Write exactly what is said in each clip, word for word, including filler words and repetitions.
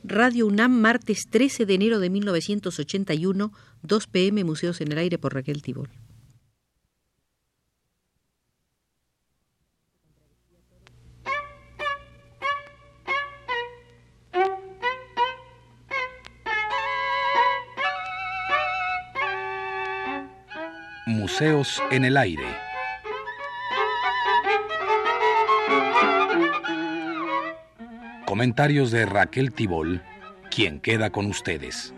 Radio UNAM, martes trece de enero de mil novecientos ochenta y uno, dos pe eme, Museos en el Aire, por Raquel Tibol. Museos en el Aire. Comentarios de Raquel Tibol, quien queda con ustedes.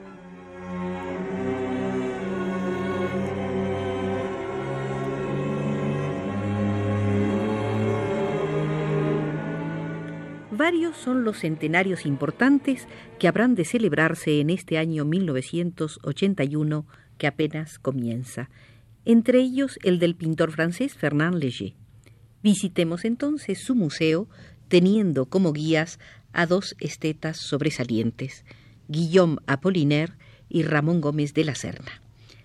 Varios son los centenarios importantes que habrán de celebrarse en este año mil novecientos ochenta y uno que apenas comienza. Entre ellos el del pintor francés Fernand Léger. Visitemos entonces su museo, teniendo como guías a dos estetas sobresalientes, Guillaume Apollinaire y Ramón Gómez de la Serna.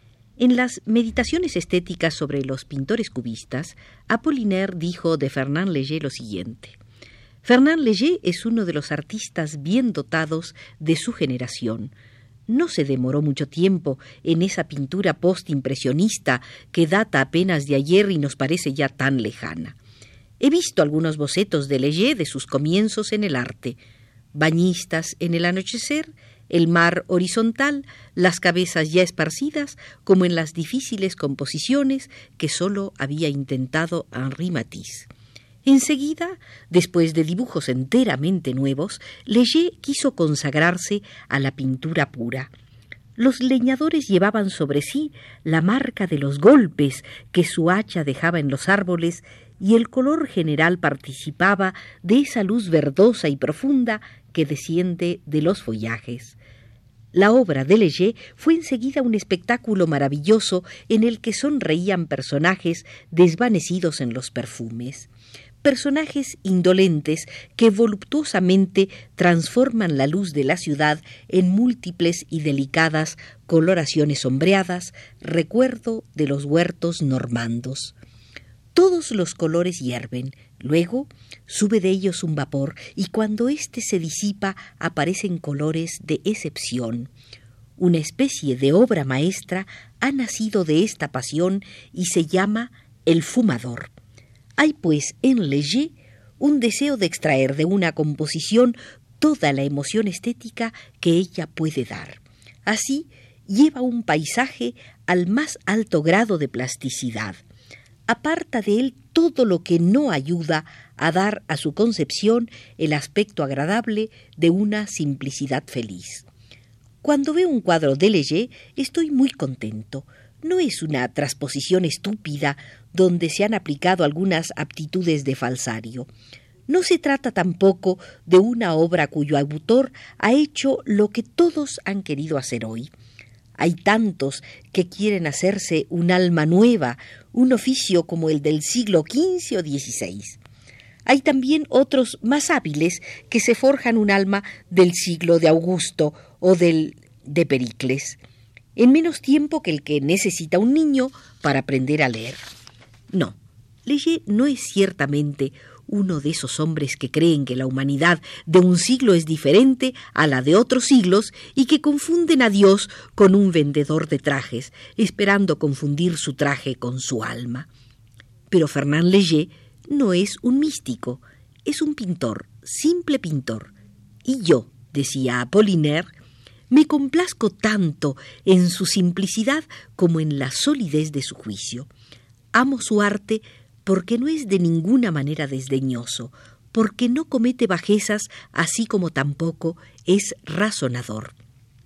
En las Meditaciones estéticas sobre los pintores cubistas, Apollinaire dijo de Fernand Léger lo siguiente: Fernand Léger es uno de los artistas bien dotados de su generación. No se demoró mucho tiempo en esa pintura postimpresionista que data apenas de ayer y nos parece ya tan lejana. He visto algunos bocetos de Léger de sus comienzos en el arte: bañistas en el anochecer, el mar horizontal, las cabezas ya esparcidas, como en las difíciles composiciones que solo había intentado Henri Matisse. Enseguida, después de dibujos enteramente nuevos, Léger quiso consagrarse a la pintura pura. Los leñadores llevaban sobre sí la marca de los golpes que su hacha dejaba en los árboles, y el color general participaba de esa luz verdosa y profunda que desciende de los follajes. La obra de Léger fue enseguida un espectáculo maravilloso en el que sonreían personajes desvanecidos en los perfumes. Personajes indolentes que voluptuosamente transforman la luz de la ciudad en múltiples y delicadas coloraciones sombreadas, recuerdo de los huertos normandos. Todos los colores hierven, luego sube de ellos un vapor, y cuando éste se disipa aparecen colores de excepción. Una especie de obra maestra ha nacido de esta pasión y se llama el fumador. Hay pues en Léger un deseo de extraer de una composición toda la emoción estética que ella puede dar. Así lleva un paisaje al más alto grado de plasticidad. Aparta de él todo lo que no ayuda a dar a su concepción el aspecto agradable de una simplicidad feliz. Cuando veo un cuadro de Léger estoy muy contento. No es una transposición estúpida donde se han aplicado algunas aptitudes de falsario. No se trata tampoco de una obra cuyo autor ha hecho lo que todos han querido hacer hoy. Hay tantos que quieren hacerse un alma nueva, un oficio como el del siglo quince o dieciséis. Hay también otros más hábiles que se forjan un alma del siglo de Augusto o del de Pericles, en menos tiempo que el que necesita un niño para aprender a leer. No, Léger no es ciertamente uno de esos hombres que creen que la humanidad de un siglo es diferente a la de otros siglos y que confunden a Dios con un vendedor de trajes, esperando confundir su traje con su alma. Pero Fernand Léger no es un místico, es un pintor, simple pintor. Y yo, decía Apollinaire, me complazco tanto en su simplicidad como en la solidez de su juicio. Amo su arte porque no es de ninguna manera desdeñoso, porque no comete bajezas, así como tampoco es razonador.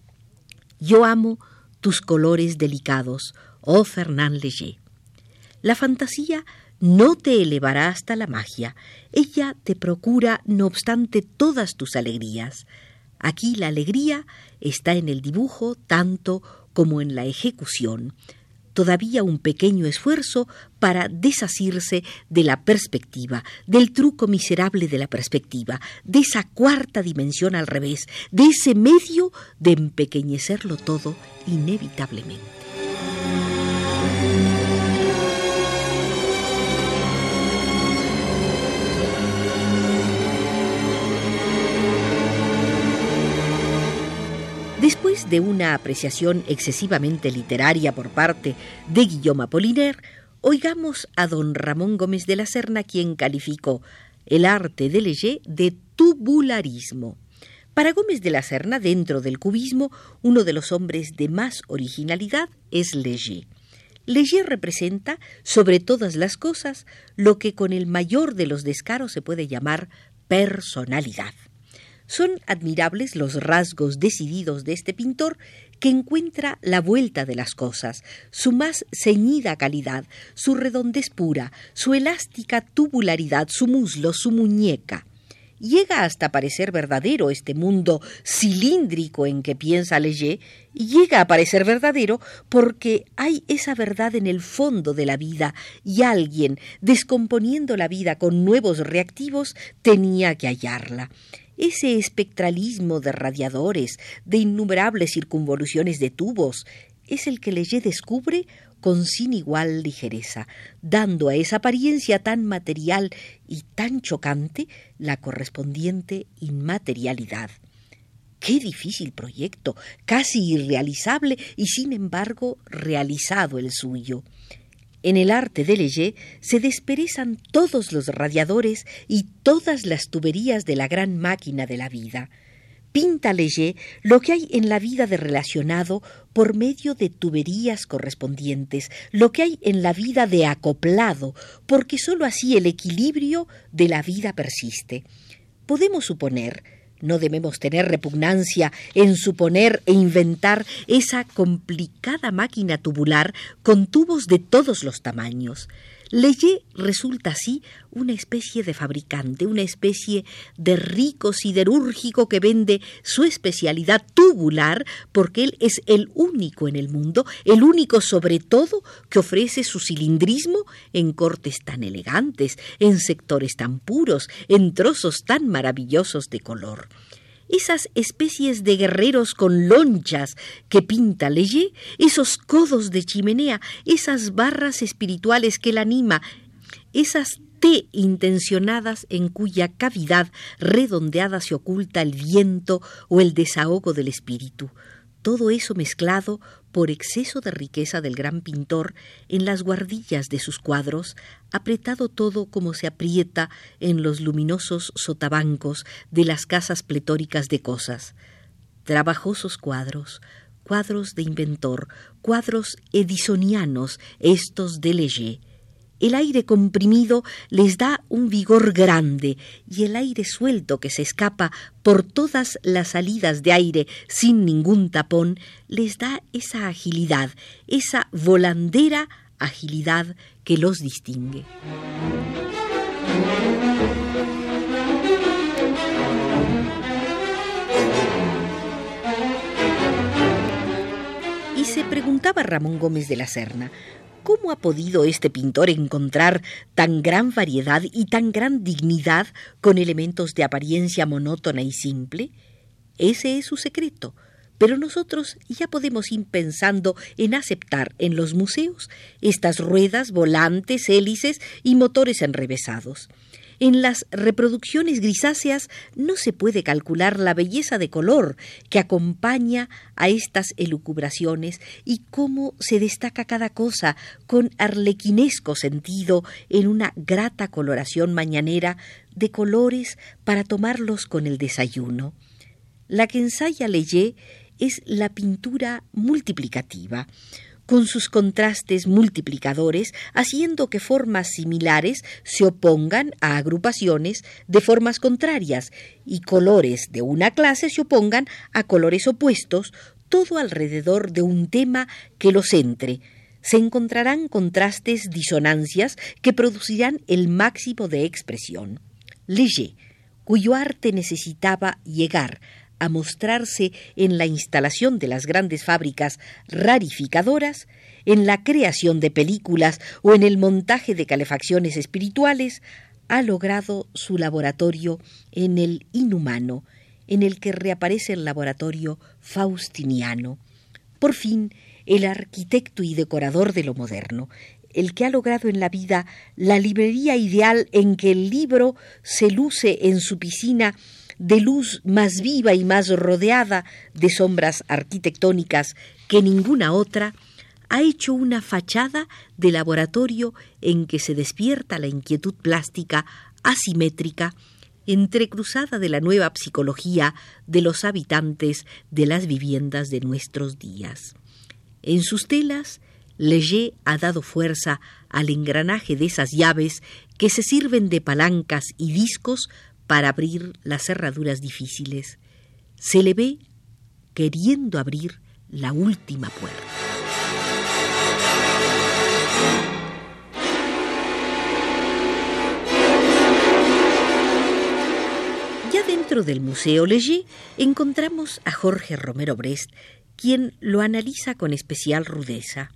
Yo amo tus colores delicados, oh Fernand Léger. La fantasía no te elevará hasta la magia, ella te procura, no obstante, todas tus alegrías. Aquí la alegría está en el dibujo tanto como en la ejecución. Todavía un pequeño esfuerzo para desasirse de la perspectiva, del truco miserable de la perspectiva, de esa cuarta dimensión al revés, de ese medio de empequeñecerlo todo inevitablemente. Después de una apreciación excesivamente literaria por parte de Guillaume Apollinaire, oigamos a don Ramón Gómez de la Serna, quien calificó el arte de Leger de tubularismo. Para Gómez de la Serna, dentro del cubismo, uno de los hombres de más originalidad es Leger. Leger representa, sobre todas las cosas, lo que con el mayor de los descaros se puede llamar personalidad. Son admirables los rasgos decididos de este pintor, que encuentra la vuelta de las cosas, su más ceñida calidad, su redondez pura, su elástica tubularidad, su muslo, su muñeca. Llega hasta parecer verdadero este mundo cilíndrico en que piensa Leger, y llega a parecer verdadero porque hay esa verdad en el fondo de la vida, y alguien, descomponiendo la vida con nuevos reactivos, tenía que hallarla. Ese espectralismo de radiadores, de innumerables circunvoluciones de tubos, es el que Leger descubre con sin igual ligereza, dando a esa apariencia tan material y tan chocante la correspondiente inmaterialidad. ¡Qué difícil proyecto! Casi irrealizable y sin embargo realizado el suyo. En el arte de Leger se desperezan todos los radiadores y todas las tuberías de la gran máquina de la vida. Pinta Leger lo que hay en la vida de relacionado por medio de tuberías correspondientes, lo que hay en la vida de acoplado, porque sólo así el equilibrio de la vida persiste. Podemos suponer, no debemos tener repugnancia en suponer e inventar esa complicada máquina tubular con tubos de todos los tamaños. Leger resulta así una especie de fabricante, una especie de rico siderúrgico que vende su especialidad tubular porque él es el único en el mundo, el único sobre todo que ofrece su cilindrismo en cortes tan elegantes, en sectores tan puros, en trozos tan maravillosos de color. Esas especies de guerreros con lonchas que pinta Leger, esos codos de chimenea, esas barras espirituales que él anima, esas T intencionadas en cuya cavidad redondeada se oculta el viento o el desahogo del espíritu. Todo eso mezclado por exceso de riqueza del gran pintor en las guardillas de sus cuadros, apretado todo como se aprieta en los luminosos sotabancos de las casas pletóricas de cosas. Trabajosos cuadros, cuadros de inventor, cuadros edisonianos, estos de Leger. El aire comprimido les da un vigor grande y el aire suelto que se escapa por todas las salidas de aire sin ningún tapón les da esa agilidad, esa volandera agilidad que los distingue. Y se preguntaba Ramón Gómez de la Serna, ¿cómo ha podido este pintor encontrar tan gran variedad y tan gran dignidad con elementos de apariencia monótona y simple? Ese es su secreto, pero nosotros ya podemos ir pensando en aceptar en los museos estas ruedas, volantes, hélices y motores enrevesados. En las reproducciones grisáceas no se puede calcular la belleza de color que acompaña a estas elucubraciones y cómo se destaca cada cosa con arlequinesco sentido en una grata coloración mañanera de colores para tomarlos con el desayuno. La que ensaya Leger es la pintura multiplicativa, con sus contrastes multiplicadores, haciendo que formas similares se opongan a agrupaciones de formas contrarias y colores de una clase se opongan a colores opuestos, todo alrededor de un tema que los centre. Se encontrarán contrastes, disonancias que producirán el máximo de expresión. Leger, cuyo arte necesitaba llegar a mostrarse en la instalación de las grandes fábricas rarificadoras, en la creación de películas o en el montaje de calefacciones espirituales, ha logrado su laboratorio en el inhumano, en el que reaparece el laboratorio faustiniano. Por fin, el arquitecto y decorador de lo moderno, el que ha logrado en la vida la librería ideal en que el libro se luce en su piscina de luz más viva y más rodeada de sombras arquitectónicas que ninguna otra, ha hecho una fachada de laboratorio en que se despierta la inquietud plástica asimétrica, entrecruzada de la nueva psicología de los habitantes de las viviendas de nuestros días. En sus telas, Léger ha dado fuerza al engranaje de esas llaves que se sirven de palancas y discos para abrir las cerraduras difíciles. Se le ve queriendo abrir la última puerta. Ya dentro del Museo Léger encontramos a Jorge Romero Brest, quien lo analiza con especial rudeza.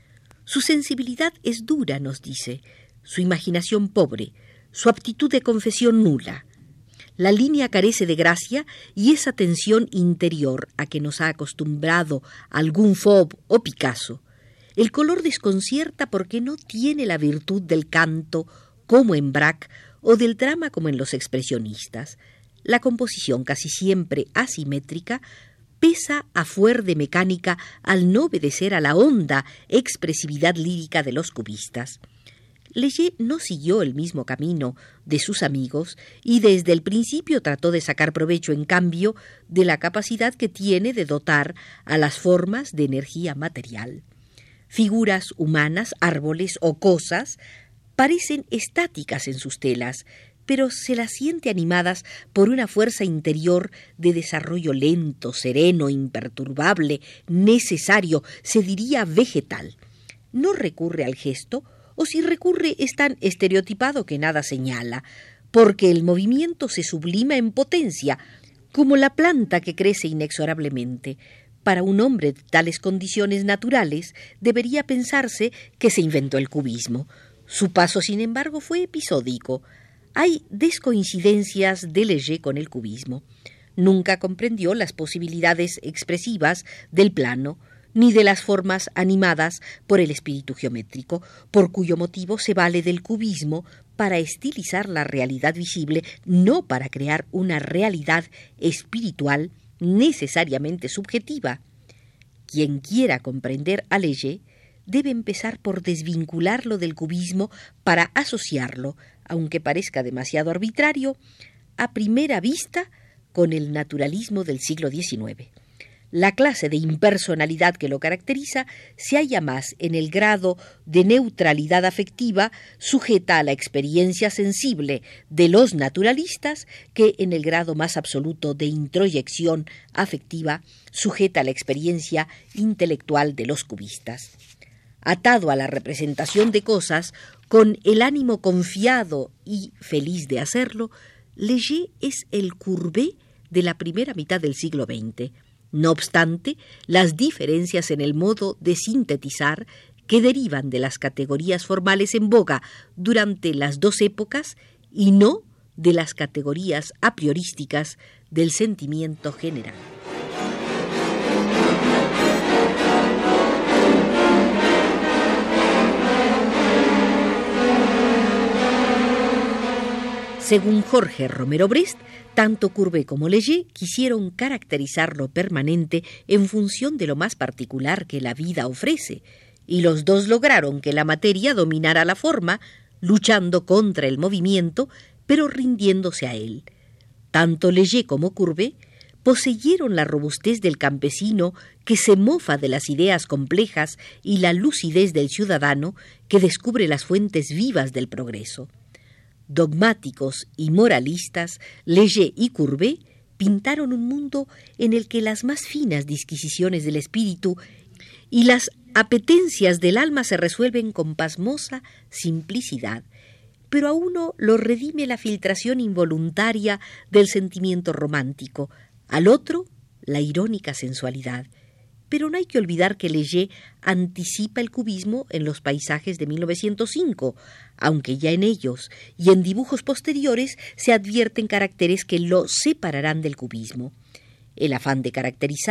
Su sensibilidad es dura, nos dice, su imaginación pobre, su aptitud de confesión nula. La línea carece de gracia y esa tensión interior a que nos ha acostumbrado algún Fauve o Picasso. El color desconcierta porque no tiene la virtud del canto, como en Braque, o del drama como en los expresionistas. La composición, casi siempre asimétrica, pesa a fuer de mecánica al no obedecer a la honda expresividad lírica de los cubistas. Léger no siguió el mismo camino de sus amigos y desde el principio trató de sacar provecho, en cambio, de la capacidad que tiene de dotar a las formas de energía material. Figuras humanas, árboles o cosas parecen estáticas en sus telas, pero se las siente animadas por una fuerza interior de desarrollo lento, sereno, imperturbable, necesario, se diría vegetal. No recurre al gesto, o si recurre es tan estereotipado que nada señala, porque el movimiento se sublima en potencia, como la planta que crece inexorablemente. Para un hombre de tales condiciones naturales debería pensarse que se inventó el cubismo. Su paso, sin embargo, fue episódico. Hay descoincidencias de Léger con el cubismo. Nunca comprendió las posibilidades expresivas del plano, ni de las formas animadas por el espíritu geométrico, por cuyo motivo se vale del cubismo para estilizar la realidad visible, no para crear una realidad espiritual necesariamente subjetiva. Quien quiera comprender a Léger debe empezar por desvincularlo del cubismo para asociarlo, aunque parezca demasiado arbitrario, a primera vista con el naturalismo del siglo diecinueve. La clase de impersonalidad que lo caracteriza se halla más en el grado de neutralidad afectiva sujeta a la experiencia sensible de los naturalistas que en el grado más absoluto de introyección afectiva sujeta a la experiencia intelectual de los cubistas. Atado a la representación de cosas, con el ánimo confiado y feliz de hacerlo, Léger es el Courbet de la primera mitad del siglo veinte. No obstante, las diferencias en el modo de sintetizar que derivan de las categorías formales en boga durante las dos épocas y no de las categorías a priorísticas del sentimiento general. Según Jorge Romero Brest, tanto Courbet como Léger quisieron caracterizar lo permanente en función de lo más particular que la vida ofrece, y los dos lograron que la materia dominara la forma, luchando contra el movimiento, pero rindiéndose a él. Tanto Léger como Courbet poseyeron la robustez del campesino que se mofa de las ideas complejas y la lucidez del ciudadano que descubre las fuentes vivas del progreso. Dogmáticos y moralistas, Léger y Courbet pintaron un mundo en el que las más finas disquisiciones del espíritu y las apetencias del alma se resuelven con pasmosa simplicidad, pero a uno lo redime la filtración involuntaria del sentimiento romántico, al otro la irónica sensualidad. Pero no hay que olvidar que Léger anticipa el cubismo en los paisajes de mil novecientos cinco, aunque ya en ellos y en dibujos posteriores se advierten caracteres que lo separarán del cubismo. El afán de caracterizar,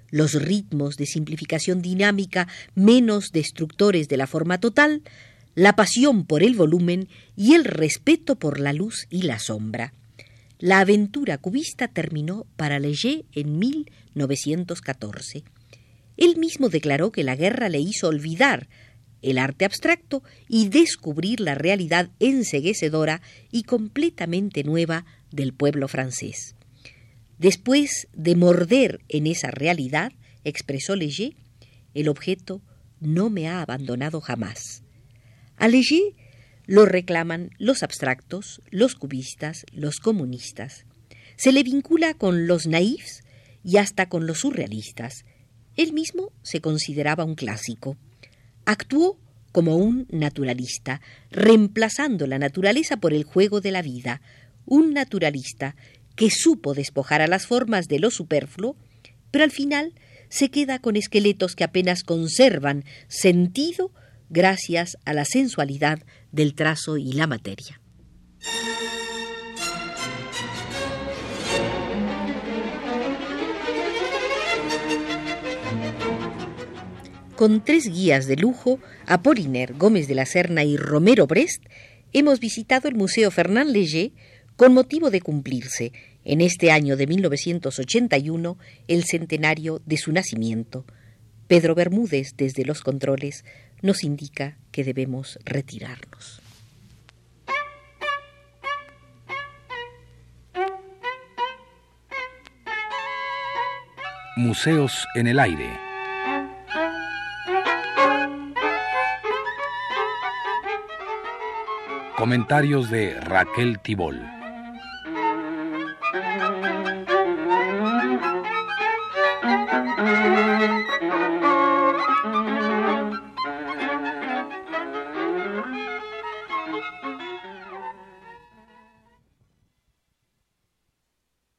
los ritmos de simplificación dinámica menos destructores de la forma total, la pasión por el volumen y el respeto por la luz y la sombra. La aventura cubista terminó para Léger en mil novecientos catorce. Él mismo declaró que la guerra le hizo olvidar el arte abstracto y descubrir la realidad enceguecedora y completamente nueva del pueblo francés. Después de morder en esa realidad, expresó Léger, el objeto no me ha abandonado jamás. A Léger lo reclaman los abstractos, los cubistas, los comunistas. Se le vincula con los naïfs y hasta con los surrealistas. Él mismo se consideraba un clásico. Actuó como un naturalista, reemplazando la naturaleza por el juego de la vida, un naturalista que supo despojar a las formas de lo superfluo, pero al final se queda con esqueletos que apenas conservan sentido gracias a la sensualidad del trazo y la materia. Con tres guías de lujo, Apollinaire, Gómez de la Serna y Romero Brest, hemos visitado el Museo Fernand Léger con motivo de cumplirse, en este año de mil novecientos ochenta y uno, el centenario de su nacimiento. Pedro Bermúdez, desde los controles, nos indica que debemos retirarnos. Museos en el aire. Comentarios de Raquel Tibol.